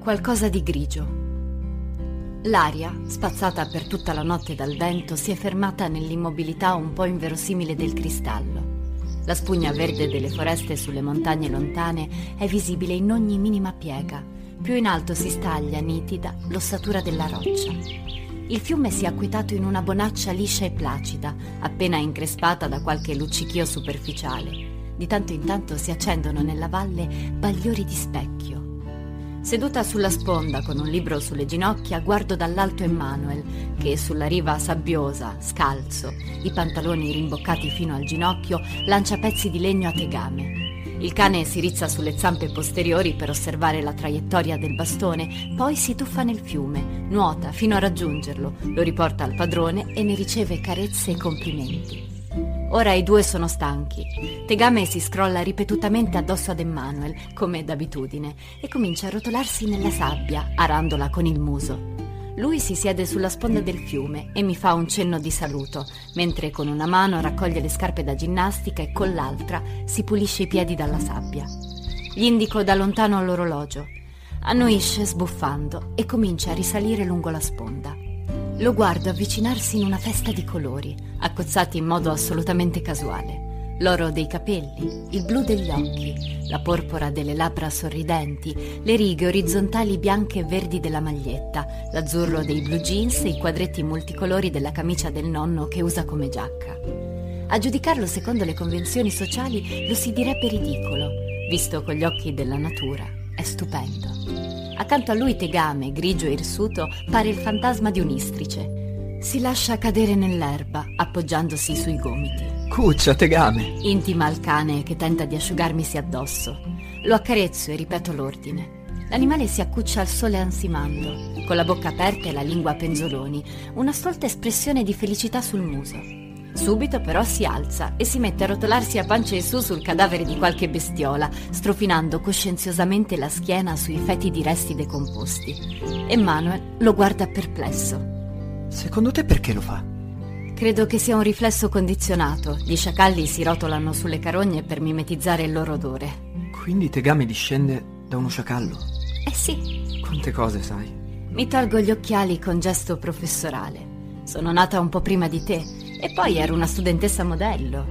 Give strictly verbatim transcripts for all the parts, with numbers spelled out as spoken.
Qualcosa di grigio. L'aria, spazzata per tutta la notte dal vento, si è fermata nell'immobilità un po' inverosimile del cristallo. La spugna verde delle foreste sulle montagne lontane è visibile in ogni minima piega. Più in alto si staglia, nitida, l'ossatura della roccia. Il fiume si è acquietato in una bonaccia liscia e placida, appena increspata da qualche luccichio superficiale. Di tanto in tanto si accendono nella valle bagliori di specchio. Seduta sulla sponda con un libro sulle ginocchia, guardo dall'alto Emmanuel, che sulla riva sabbiosa, scalzo, i pantaloni rimboccati fino al ginocchio, lancia pezzi di legno a tegame. Il cane si rizza sulle zampe posteriori per osservare la traiettoria del bastone, poi si tuffa nel fiume, nuota fino a raggiungerlo, lo riporta al padrone e ne riceve carezze e complimenti. Ora i due sono stanchi. Tegame si scrolla ripetutamente addosso ad Emmanuel, come d'abitudine, e comincia a rotolarsi nella sabbia, arandola con il muso. Lui si siede sulla sponda del fiume e mi fa un cenno di saluto, mentre con una mano raccoglie le scarpe da ginnastica e con l'altra si pulisce i piedi dalla sabbia. Gli indico da lontano l'orologio. Annuisce sbuffando e comincia a risalire lungo la sponda. Lo guardo avvicinarsi in una festa di colori, accozzati in modo assolutamente casuale. L'oro dei capelli, il blu degli occhi, la porpora delle labbra sorridenti, le righe orizzontali bianche e verdi della maglietta, l'azzurro dei blue jeans e i quadretti multicolori della camicia del nonno che usa come giacca. A giudicarlo secondo le convenzioni sociali lo si direbbe ridicolo, visto con gli occhi della natura. È stupendo. Accanto a lui Tegame, grigio e irsuto, pare il fantasma di un'istrice. Si lascia cadere nell'erba, appoggiandosi sui gomiti. Cuccia, Tegame! Intima al cane che tenta di asciugarmisi addosso. Lo accarezzo e ripeto l'ordine. L'animale si accuccia al sole ansimando, con la bocca aperta e la lingua a penzoloni, una stolta espressione di felicità sul muso. Subito però si alza e si mette a rotolarsi a pancia in su sul cadavere di qualche bestiola, strofinando coscienziosamente la schiena sui fetidi resti decomposti. Emmanuel lo guarda perplesso. Secondo te perché lo fa? Credo che sia un riflesso condizionato. Gli sciacalli si rotolano sulle carogne per mimetizzare il loro odore. Quindi Tegame discende da uno sciacallo? Eh sì. Quante cose sai? Mi tolgo gli occhiali con gesto professorale. Sono nata un po' prima di te e poi ero una studentessa modello,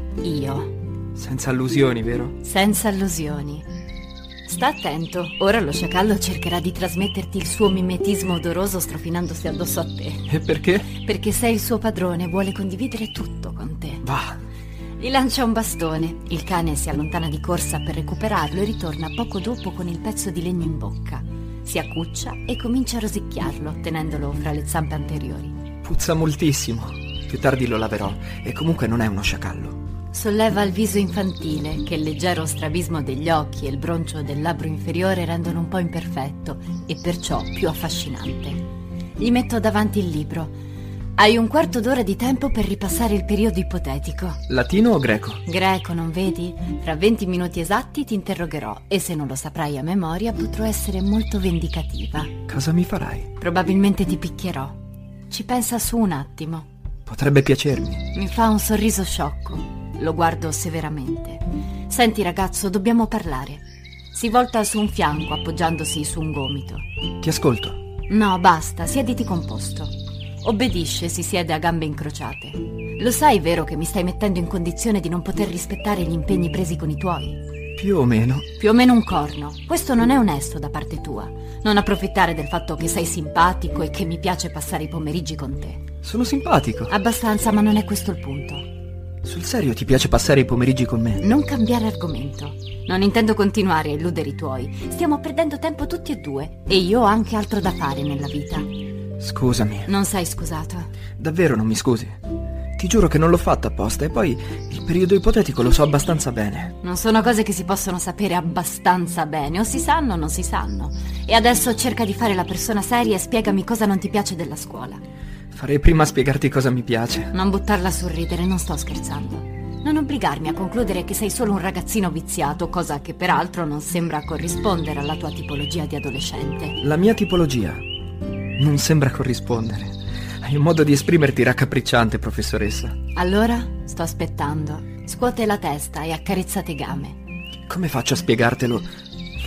io. Senza allusioni, vero? Senza allusioni. Sta attento, ora lo sciacallo cercherà di trasmetterti il suo mimetismo odoroso strofinandosi addosso a te. E perché? Perché sei il suo padrone e vuole condividere tutto con te. Va! Gli lancia un bastone, il cane si allontana di corsa per recuperarlo e ritorna poco dopo con il pezzo di legno in bocca. Si accuccia e comincia a rosicchiarlo, tenendolo fra le zampe anteriori. Puzza moltissimo. Più tardi lo laverò e comunque non è uno sciacallo. Solleva il viso infantile che il leggero strabismo degli occhi e il broncio del labbro inferiore rendono un po' imperfetto e perciò più affascinante. Gli metto davanti il libro. Hai un quarto d'ora di tempo per ripassare il periodo ipotetico. Latino o greco? Greco, non vedi? Fra venti minuti esatti ti interrogherò e se non lo saprai a memoria potrò essere molto vendicativa. Cosa mi farai? Probabilmente ti picchierò. Ci pensa su un attimo. Potrebbe piacermi. Mi fa un sorriso sciocco. Lo guardo severamente. Senti ragazzo, dobbiamo parlare. Si volta su un fianco appoggiandosi su un gomito. Ti ascolto. No, basta, siediti composto. Obbedisce, si siede a gambe incrociate. Lo sai, vero, che mi stai mettendo in condizione di non poter rispettare gli impegni presi con i tuoi? Più o meno. Più o meno un corno. Questo non è onesto da parte tua. Non approfittare del fatto che sei simpatico e che mi piace passare i pomeriggi con te. Sono simpatico. Abbastanza, ma non è questo il punto. Sul serio ti piace passare i pomeriggi con me? Non cambiare argomento. Non intendo continuare a illudere i tuoi. Stiamo perdendo tempo tutti e due. E io ho anche altro da fare nella vita. Scusami. Non sei scusata. Davvero non mi scusi? Ti giuro che non l'ho fatto apposta e poi il periodo ipotetico lo so abbastanza bene. Non sono cose che si possono sapere abbastanza bene. O si sanno o non si sanno. E adesso cerca di fare la persona seria e spiegami cosa non ti piace della scuola. Farei prima a spiegarti cosa mi piace. Non buttarla sul ridere, non sto scherzando. Non obbligarmi a concludere che sei solo un ragazzino viziato, cosa che peraltro non sembra corrispondere alla tua tipologia di adolescente. La mia tipologia non sembra corrispondere. Hai un modo di esprimerti raccapricciante, professoressa. Allora, sto aspettando. Scuote la testa e accarezza Tegame. Come faccio a spiegartelo?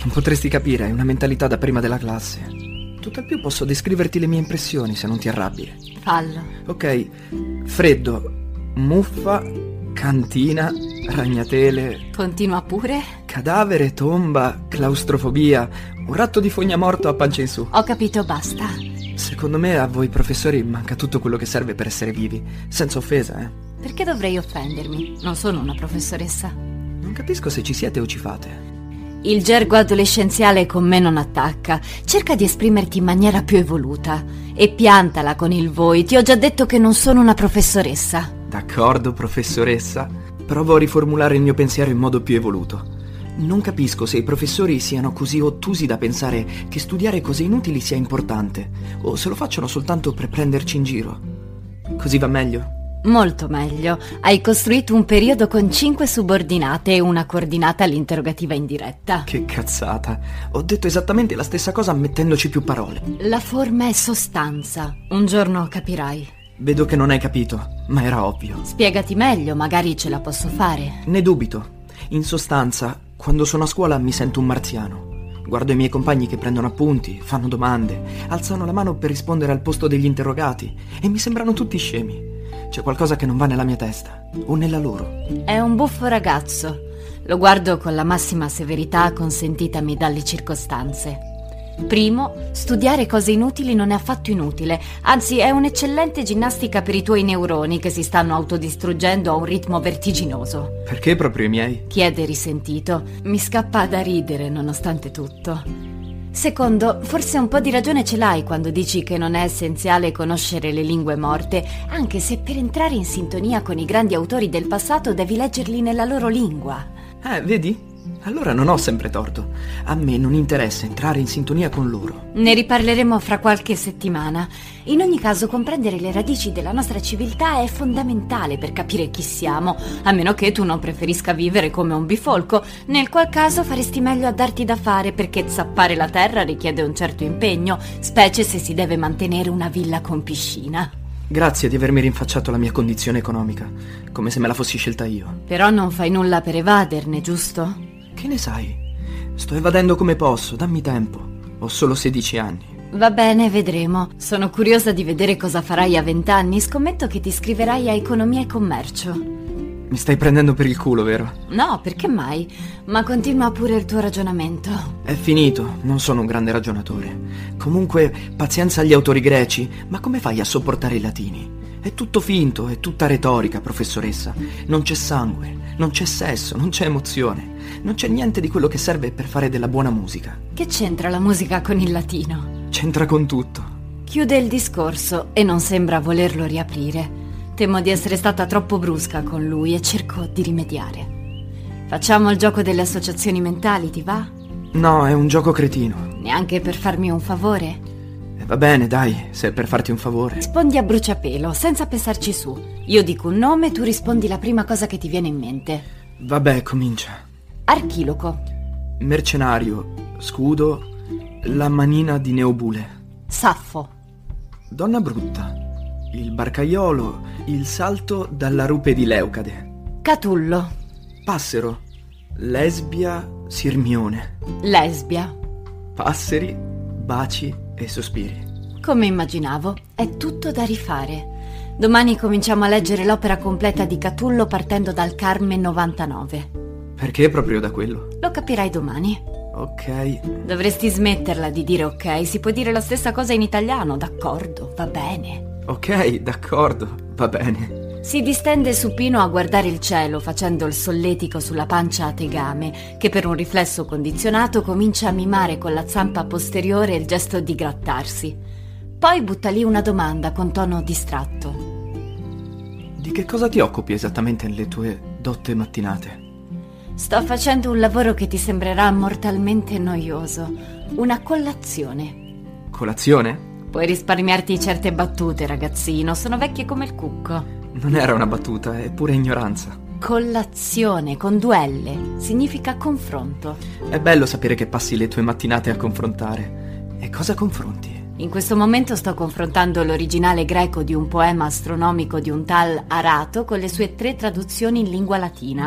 Non potresti capire, hai una mentalità da prima della classe. Tutt'al più posso descriverti le mie impressioni, se non ti arrabbi. Fallo. Ok, freddo, muffa, cantina, ragnatele... Continua pure? Cadavere, tomba, claustrofobia, un ratto di fogna morto a pancia in su. Ho capito, basta. Secondo me a voi professori manca tutto quello che serve per essere vivi. Senza offesa, eh. Perché dovrei offendermi? Non sono una professoressa. Non capisco se ci siete o ci fate. Il gergo adolescenziale con me non attacca. Cerca di esprimerti in maniera più evoluta. E piantala con il voi. Ti ho già detto che non sono una professoressa. D'accordo, professoressa. Provo a riformulare il mio pensiero in modo più evoluto. Non capisco se i professori siano così ottusi da pensare che studiare cose inutili sia importante, o se lo facciano soltanto per prenderci in giro. Così va meglio? Molto meglio. Hai costruito un periodo con cinque subordinate e una coordinata all'interrogativa indiretta. Che cazzata. Ho detto esattamente la stessa cosa mettendoci più parole. La forma è sostanza. Un giorno capirai. Vedo che non hai capito, ma era ovvio. Spiegati meglio, magari ce la posso fare. Ne dubito. In sostanza, quando sono a scuola mi sento un marziano. Guardo i miei compagni che prendono appunti, fanno domande, alzano la mano per rispondere al posto degli interrogati e mi sembrano tutti scemi. C'è qualcosa che non va nella mia testa, o nella loro. È un buffo ragazzo. Lo guardo con la massima severità consentitami dalle circostanze. Primo, studiare cose inutili non è affatto inutile, anzi è un'eccellente ginnastica per i tuoi neuroni che si stanno autodistruggendo a un ritmo vertiginoso. Perché proprio i miei? Chiede risentito. Mi scappa da ridere nonostante tutto. Secondo, forse un po' di ragione ce l'hai quando dici che non è essenziale conoscere le lingue morte, anche se per entrare in sintonia con i grandi autori del passato devi leggerli nella loro lingua. Eh, vedi? Allora non ho sempre torto. A me non interessa entrare in sintonia con loro. Ne riparleremo fra qualche settimana. In ogni caso, comprendere le radici della nostra civiltà è fondamentale per capire chi siamo, a meno che tu non preferisca vivere come un bifolco, nel qual caso faresti meglio a darti da fare perché zappare la terra richiede un certo impegno, specie se si deve mantenere una villa con piscina. Grazie di avermi rinfacciato la mia condizione economica, come se me la fossi scelta io. Però non fai nulla per evaderne, giusto? Che ne sai? Sto evadendo come posso, dammi tempo. Ho solo sedici anni. Va bene, vedremo. Sono curiosa di vedere cosa farai a vent'anni. Scommetto che ti iscriverai a economia e commercio. Mi stai prendendo per il culo, vero? No, perché mai? Ma continua pure il tuo ragionamento. È finito, non sono un grande ragionatore. Comunque, pazienza agli autori greci, ma come fai a sopportare i latini? È tutto finto, è tutta retorica, professoressa. Non c'è sangue, non c'è sesso, non c'è emozione. Non c'è niente di quello che serve per fare della buona musica. Che c'entra la musica con il latino? C'entra con tutto. Chiude il discorso e non sembra volerlo riaprire. Temo di essere stata troppo brusca con lui e cerco di rimediare. Facciamo il gioco delle associazioni mentali, ti va? No, è un gioco cretino. Neanche per farmi un favore? Eh, va bene, dai, se è per farti un favore. Rispondi a bruciapelo, senza pensarci su. Io dico un nome, tu rispondi la prima cosa che ti viene in mente. Vabbè, comincia. Archiloco. Mercenario, scudo, la manina di Neobule. Saffo. Donna brutta, il barcaiolo, il salto dalla rupe di Leucade. Catullo. Passero, lesbia, Sirmione. Lesbia. Passeri, baci e sospiri. Come immaginavo, è tutto da rifare. Domani cominciamo a leggere l'opera completa di Catullo partendo dal Carmen novantanove. Perché proprio da quello? Lo capirai domani. Ok. Dovresti smetterla di dire ok, si può dire la stessa cosa in italiano, d'accordo, va bene. Ok, d'accordo, va bene. Si distende supino a guardare il cielo facendo il solletico sulla pancia a tegame, che per un riflesso condizionato comincia a mimare con la zampa posteriore il gesto di grattarsi. Poi butta lì una domanda con tono distratto. Di che cosa ti occupi esattamente nelle tue dotte mattinate? Sto facendo un lavoro che ti sembrerà mortalmente noioso. Una collazione. Colazione? Puoi risparmiarti certe battute, ragazzino. Sono vecchie come il cucco. Non era una battuta, è pure ignoranza. Collazione, con due L. Significa confronto. È bello sapere che passi le tue mattinate a confrontare. E cosa confronti? In questo momento sto confrontando l'originale greco di un poema astronomico di un tal Arato con le sue tre traduzioni in lingua latina.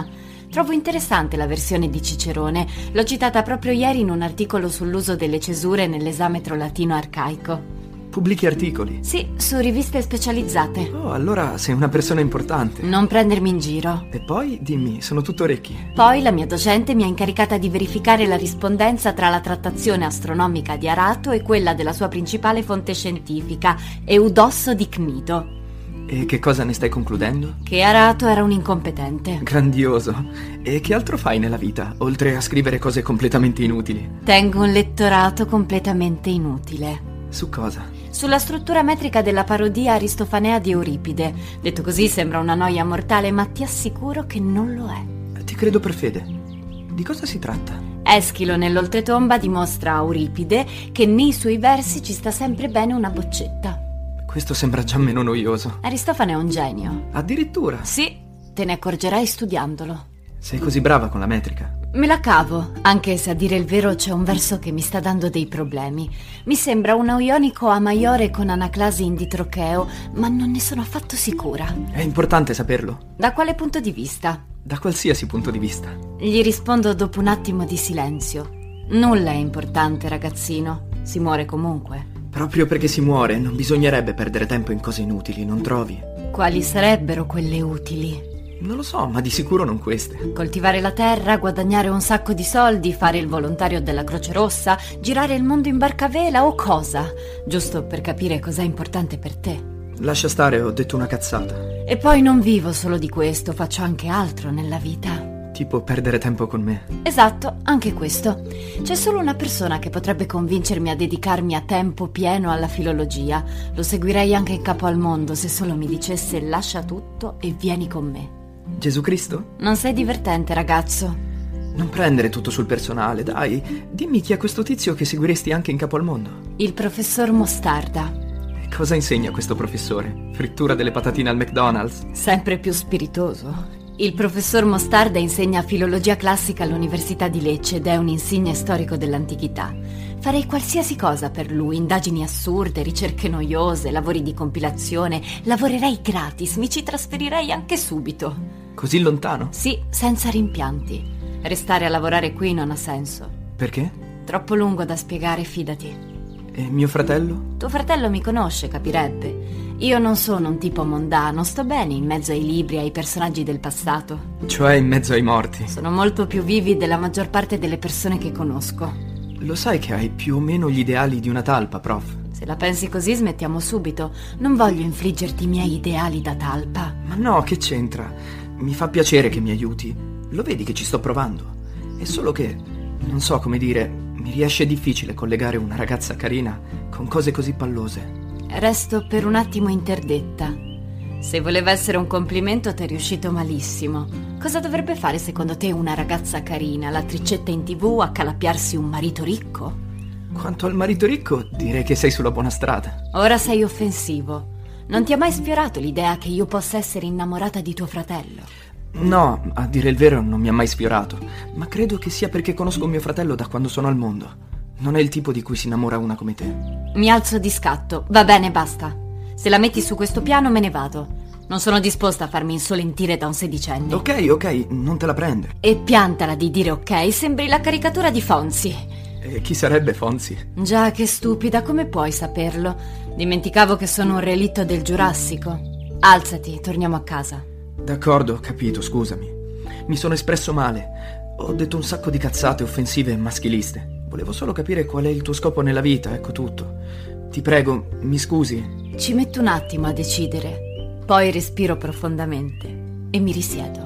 Trovo interessante la versione di Cicerone. L'ho citata proprio ieri in un articolo sull'uso delle cesure nell'esametro latino arcaico. Pubblichi articoli? Sì, su riviste specializzate. Oh, allora sei una persona importante. Non prendermi in giro. E poi, dimmi, sono tutto orecchi. Poi la mia docente mi ha incaricata di verificare la rispondenza tra la trattazione astronomica di Arato e quella della sua principale fonte scientifica, Eudosso di Cnito. E che cosa ne stai concludendo? Che Arato era un incompetente. Grandioso. E che altro fai nella vita, oltre a scrivere cose completamente inutili? Tengo un lettorato completamente inutile. Su cosa? Sulla struttura metrica della parodia aristofanea di Euripide. Detto così sembra una noia mortale, ma ti assicuro che non lo è. Ti credo per fede. Di cosa si tratta? Eschilo nell'Oltretomba dimostra a Euripide che nei suoi versi ci sta sempre bene una boccetta. Questo sembra già meno noioso. Aristofane è un genio. Addirittura? Sì, te ne accorgerai studiandolo. Sei così brava con la metrica? Me la cavo, anche se a dire il vero c'è un verso che mi sta dando dei problemi. Mi sembra un ionico a maiore con anaclasi in ditrocheo, ma non ne sono affatto sicura. È importante saperlo. Da quale punto di vista? Da qualsiasi punto di vista. Gli rispondo dopo un attimo di silenzio. Nulla è importante, ragazzino. Si muore comunque. Proprio perché si muore non bisognerebbe perdere tempo in cose inutili, non trovi? Quali sarebbero quelle utili? Non lo so, ma di sicuro non queste. Coltivare la terra, guadagnare un sacco di soldi, fare il volontario della Croce Rossa, girare il mondo in barcavela o cosa? Giusto per capire cos'è importante per te. Lascia stare, ho detto una cazzata. E poi non vivo solo di questo, faccio anche altro nella vita. Tipo perdere tempo con me. Esatto, anche questo. C'è solo una persona che potrebbe convincermi a dedicarmi a tempo pieno alla filologia. Lo seguirei anche in capo al mondo se solo mi dicesse lascia tutto e vieni con me. Gesù Cristo? Non sei divertente, ragazzo. Non prendere tutto sul personale, dai. Dimmi chi è questo tizio che seguiresti anche in capo al mondo. Il professor Mostarda. E cosa insegna questo professore? Frittura delle patatine al McDonald's? Sempre più spiritoso. Il professor Mostarda insegna filologia classica all'Università di Lecce ed è un insigne storico dell'antichità. Farei qualsiasi cosa per lui, indagini assurde, ricerche noiose, lavori di compilazione. Lavorerei gratis, mi ci trasferirei anche subito. Così lontano? Sì, senza rimpianti. Restare a lavorare qui non ha senso. Perché? Troppo lungo da spiegare, fidati. E mio fratello? Tuo fratello mi conosce, capirebbe. Io non sono un tipo mondano, sto bene in mezzo ai libri, ai personaggi del passato. Cioè in mezzo ai morti? Sono molto più vivi della maggior parte delle persone che conosco. Lo sai che hai più o meno gli ideali di una talpa, prof? Se la pensi così smettiamo subito. Non voglio infliggerti i miei ideali da talpa. Ma no, che c'entra? Mi fa piacere che mi aiuti. Lo vedi che ci sto provando. È solo che, non so come dire, mi riesce difficile collegare una ragazza carina con cose così pallose. Resto per un attimo interdetta. Se voleva essere un complimento ti è riuscito malissimo. Cosa dovrebbe fare secondo te una ragazza carina, l'attricetta in tv, a calappiarsi un marito ricco? Quanto al marito ricco, direi che sei sulla buona strada. Ora sei offensivo. Non ti ha mai sfiorato l'idea che io possa essere innamorata di tuo fratello? No, a dire il vero non mi ha mai sfiorato, ma credo che sia perché conosco mio fratello da quando sono al mondo. Non è il tipo di cui si innamora una come te. Mi alzo di scatto. Va bene, basta. Se la metti su questo piano me ne vado. Non sono disposta a farmi insolentire da un sedicenne. Ok, ok, non te la prendere. E piantala di dire ok, sembri la caricatura di Fonzi. E chi sarebbe Fonzi? Già, che stupida, come puoi saperlo? Dimenticavo che sono un relitto del Giurassico. Alzati, torniamo a casa. D'accordo, ho capito, scusami. Mi sono espresso male. Ho detto un sacco di cazzate offensive e maschiliste. Volevo solo capire qual è il tuo scopo nella vita, ecco tutto. Ti prego, mi scusi? Ci metto un attimo a decidere. Poi respiro profondamente e mi risiedo.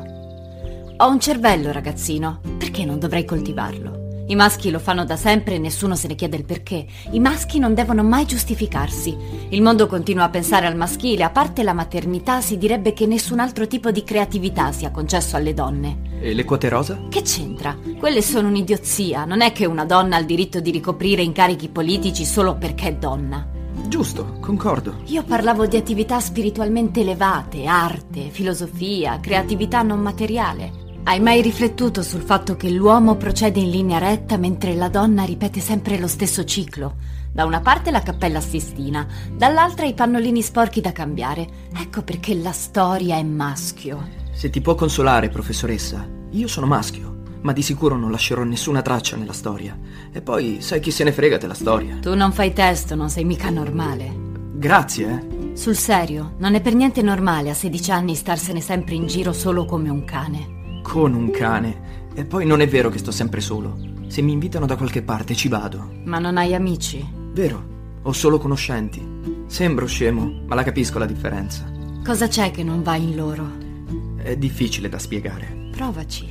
Ho un cervello, ragazzino. Perché non dovrei coltivarlo? I maschi lo fanno da sempre e nessuno se ne chiede il perché. I maschi non devono mai giustificarsi. Il mondo continua a pensare al maschile. A parte la maternità, si direbbe che nessun altro tipo di creatività sia concesso alle donne. E le quote rosa? Che c'entra? Quelle sono un'idiozia. Non è che una donna ha il diritto di ricoprire incarichi politici solo perché è donna. Giusto, concordo. Io parlavo di attività spiritualmente elevate, arte, filosofia, creatività non materiale. Hai mai riflettuto sul fatto che l'uomo procede in linea retta mentre la donna ripete sempre lo stesso ciclo? Da una parte la Cappella Sistina, dall'altra i pannolini sporchi da cambiare. Ecco perché la storia è maschio. Se ti può consolare, professoressa, Io sono maschio, ma di sicuro non lascerò nessuna traccia nella storia. E poi, sai chi se ne frega della storia. Tu non fai testo, non sei mica normale. Grazie, eh. Sul serio, non è per niente normale a sedici anni starsene sempre in giro solo come un cane. Con un cane. E poi non è vero che sto sempre solo. Se mi invitano da qualche parte ci vado. Ma non hai amici? Vero, ho solo conoscenti. Sembro scemo, ma la capisco la differenza. Cosa c'è che non va in loro? È difficile da spiegare. Provaci.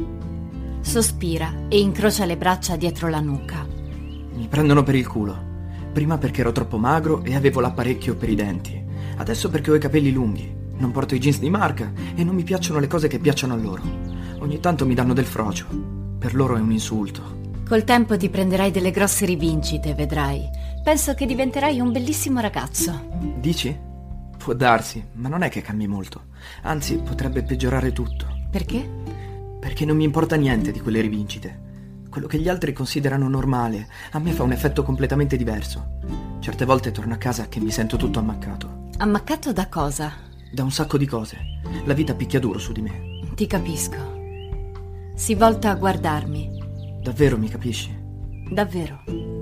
Sospira e incrocia le braccia dietro la nuca. Mi prendono per il culo. Prima perché ero troppo magro e avevo l'apparecchio per i denti. Adesso perché ho i capelli lunghi. Non porto i jeans di marca e non mi piacciono le cose che piacciono a loro. Ogni tanto mi danno del frocio. Per loro è un insulto. Col tempo ti prenderai delle grosse rivincite, vedrai. Penso che diventerai un bellissimo ragazzo. Dici? Può darsi, ma non è che cambi molto. Anzi, potrebbe peggiorare tutto. Perché? Perché non mi importa niente di quelle rivincite. Quello che gli altri considerano normale, a me fa un effetto completamente diverso. Certe volte torno a casa che mi sento tutto ammaccato. Ammaccato da cosa? Da un sacco di cose. La vita picchia duro su di me. Ti capisco. Si volta a guardarmi. Davvero mi capisci? Davvero.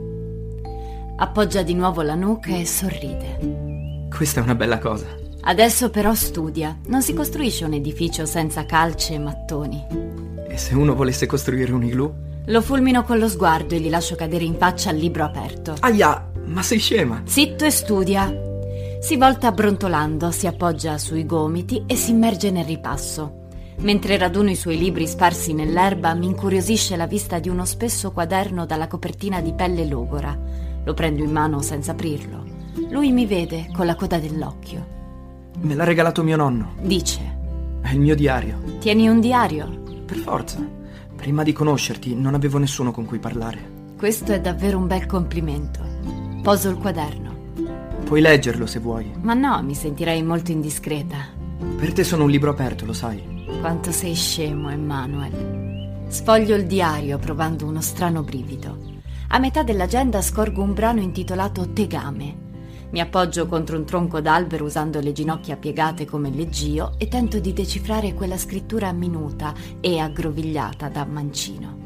Appoggia di nuovo la nuca e sorride. Questa è una bella cosa. Adesso però studia. Non si costruisce un edificio senza calce e mattoni. E se uno volesse costruire un igloo? Lo fulmino con lo sguardo e gli lascio cadere in faccia il libro aperto. Aia, ma sei scema? Zitto e studia. Si volta brontolando, si appoggia sui gomiti e si immerge nel ripasso. Mentre raduno i suoi libri sparsi nell'erba, mi incuriosisce la vista di uno spesso quaderno dalla copertina di pelle logora. Lo prendo in mano senza aprirlo. Lui mi vede con la coda dell'occhio. Me l'ha regalato mio nonno. Dice: È il mio diario. Tieni un diario? Per forza. Prima di conoscerti non avevo nessuno con cui parlare. Questo è davvero un bel complimento. Poso il quaderno. Puoi leggerlo se vuoi. Ma no, mi sentirei molto indiscreta. Per te sono un libro aperto, lo sai. Quanto sei scemo, Emmanuel. Sfoglio il diario provando uno strano brivido. A metà dell'agenda scorgo un brano intitolato Tegame. Mi appoggio contro un tronco d'albero usando le ginocchia piegate come leggio e tento di decifrare quella scrittura minuta e aggrovigliata da mancino.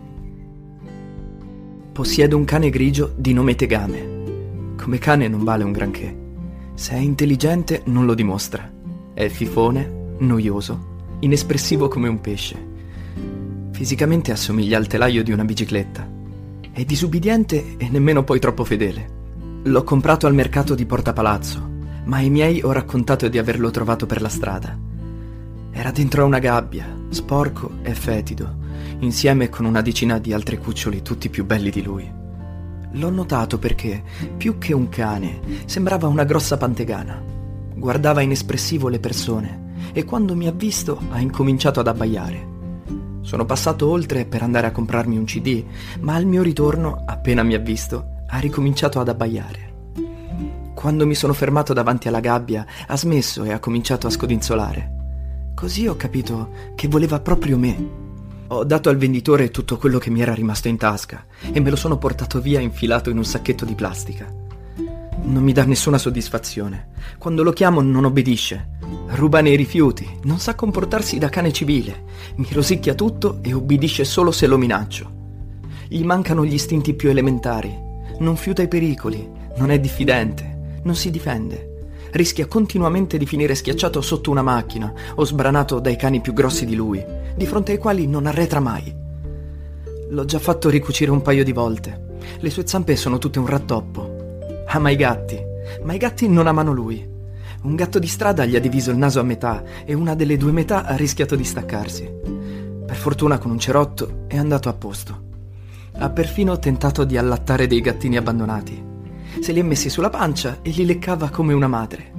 Possiedo un cane grigio di nome Tegame. Come cane non vale un granché. Se è intelligente non lo dimostra. È fifone, noioso, inespressivo come un pesce. Fisicamente assomiglia al telaio di una bicicletta. È disubbidiente e nemmeno poi troppo fedele. L'ho comprato al mercato di Porta Palazzo, ma ai miei ho raccontato di averlo trovato per la strada. Era dentro a una gabbia, sporco e fetido, insieme con una decina di altri cuccioli tutti più belli di lui. L'ho notato perché, più che un cane, sembrava una grossa pantegana. Guardava inespressivo le persone e quando mi ha visto ha incominciato ad abbaiare. Sono passato oltre per andare a comprarmi un C D, ma al mio ritorno, appena mi ha visto, ha ricominciato ad abbaiare. Quando mi sono fermato davanti alla gabbia, ha smesso e ha cominciato a scodinzolare. Così ho capito che voleva proprio me. Ho dato al venditore tutto quello che mi era rimasto in tasca e me lo sono portato via infilato in un sacchetto di plastica. Non mi dà nessuna soddisfazione. Quando lo chiamo non obbedisce. Ruba nei rifiuti, non sa comportarsi da cane civile. Mi rosicchia tutto e obbedisce solo se lo minaccio. Gli mancano gli istinti più elementari. Non fiuta i pericoli, non è diffidente, non si difende. Rischia continuamente di finire schiacciato sotto una macchina o sbranato dai cani più grossi di lui, di fronte ai quali non arretra mai. L'ho già fatto ricucire un paio di volte. Le sue zampe sono tutte un rattoppo. Ama i gatti, ma i gatti non amano lui. Un gatto di strada gli ha diviso il naso a metà e una delle due metà ha rischiato di staccarsi. Per fortuna con un cerotto è andato a posto. Ha perfino tentato di allattare dei gattini abbandonati. Se li ha messi sulla pancia e li leccava come una madre.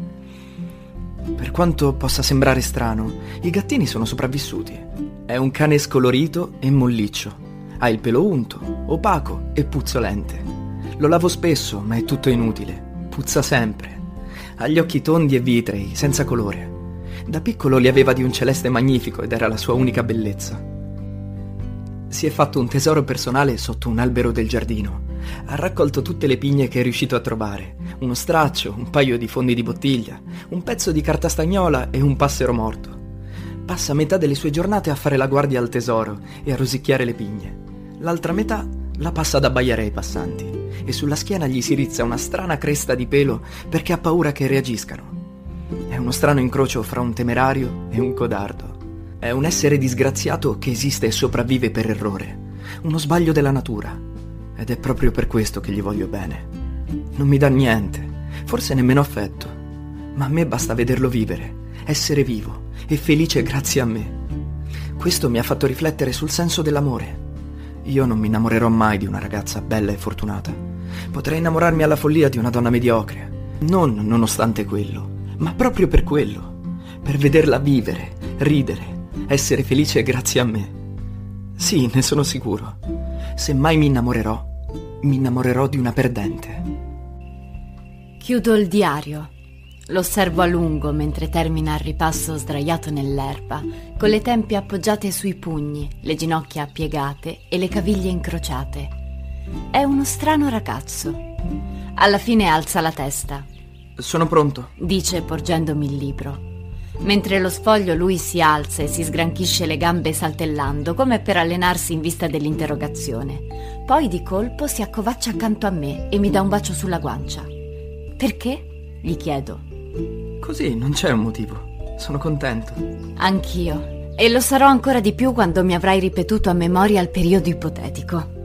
Per quanto possa sembrare strano, i gattini sono sopravvissuti. È un cane scolorito e molliccio. Ha il pelo unto, opaco e puzzolente. Lo lavo spesso, ma è tutto inutile. Puzza sempre. Ha gli occhi tondi e vitrei, senza colore. Da piccolo li aveva di un celeste magnifico ed era la sua unica bellezza. Si è fatto un tesoro personale sotto un albero del giardino. Ha raccolto tutte le pigne che è riuscito a trovare. Uno straccio, un paio di fondi di bottiglia, un pezzo di carta stagnola e un passero morto. Passa metà delle sue giornate a fare la guardia al tesoro e a rosicchiare le pigne. L'altra metà la passa ad abbaiare ai passanti e sulla schiena gli si rizza una strana cresta di pelo perché ha paura che reagiscano. È uno strano incrocio fra un temerario e un codardo. È un essere disgraziato che esiste e sopravvive per errore. Uno sbaglio della natura. Ed è proprio per questo che gli voglio bene. Non mi dà niente, forse nemmeno affetto. Ma a me basta vederlo vivere, essere vivo e felice grazie a me. Questo mi ha fatto riflettere sul senso dell'amore. Io non mi innamorerò mai di una ragazza bella e fortunata. Potrei innamorarmi alla follia di una donna mediocre. Non nonostante quello, ma proprio per quello. Per vederla vivere, ridere, essere felice grazie a me. Sì, ne sono sicuro. Se mai mi innamorerò, mi innamorerò di una perdente. Chiudo il diario. Lo osservo a lungo mentre termina il ripasso sdraiato nell'erba, con le tempie appoggiate sui pugni, le ginocchia piegate e le caviglie incrociate. È uno strano ragazzo. Alla fine alza la testa. Sono pronto, dice porgendomi il libro. Mentre lo sfoglio lui si alza e si sgranchisce le gambe saltellando, come per allenarsi in vista dell'interrogazione. Poi di colpo si accovaccia accanto a me e mi dà un bacio sulla guancia. Perché? Gli chiedo. Così, non c'è un motivo. Sono contento. Anch'io. E lo sarò ancora di più quando mi avrai ripetuto a memoria il periodo ipotetico.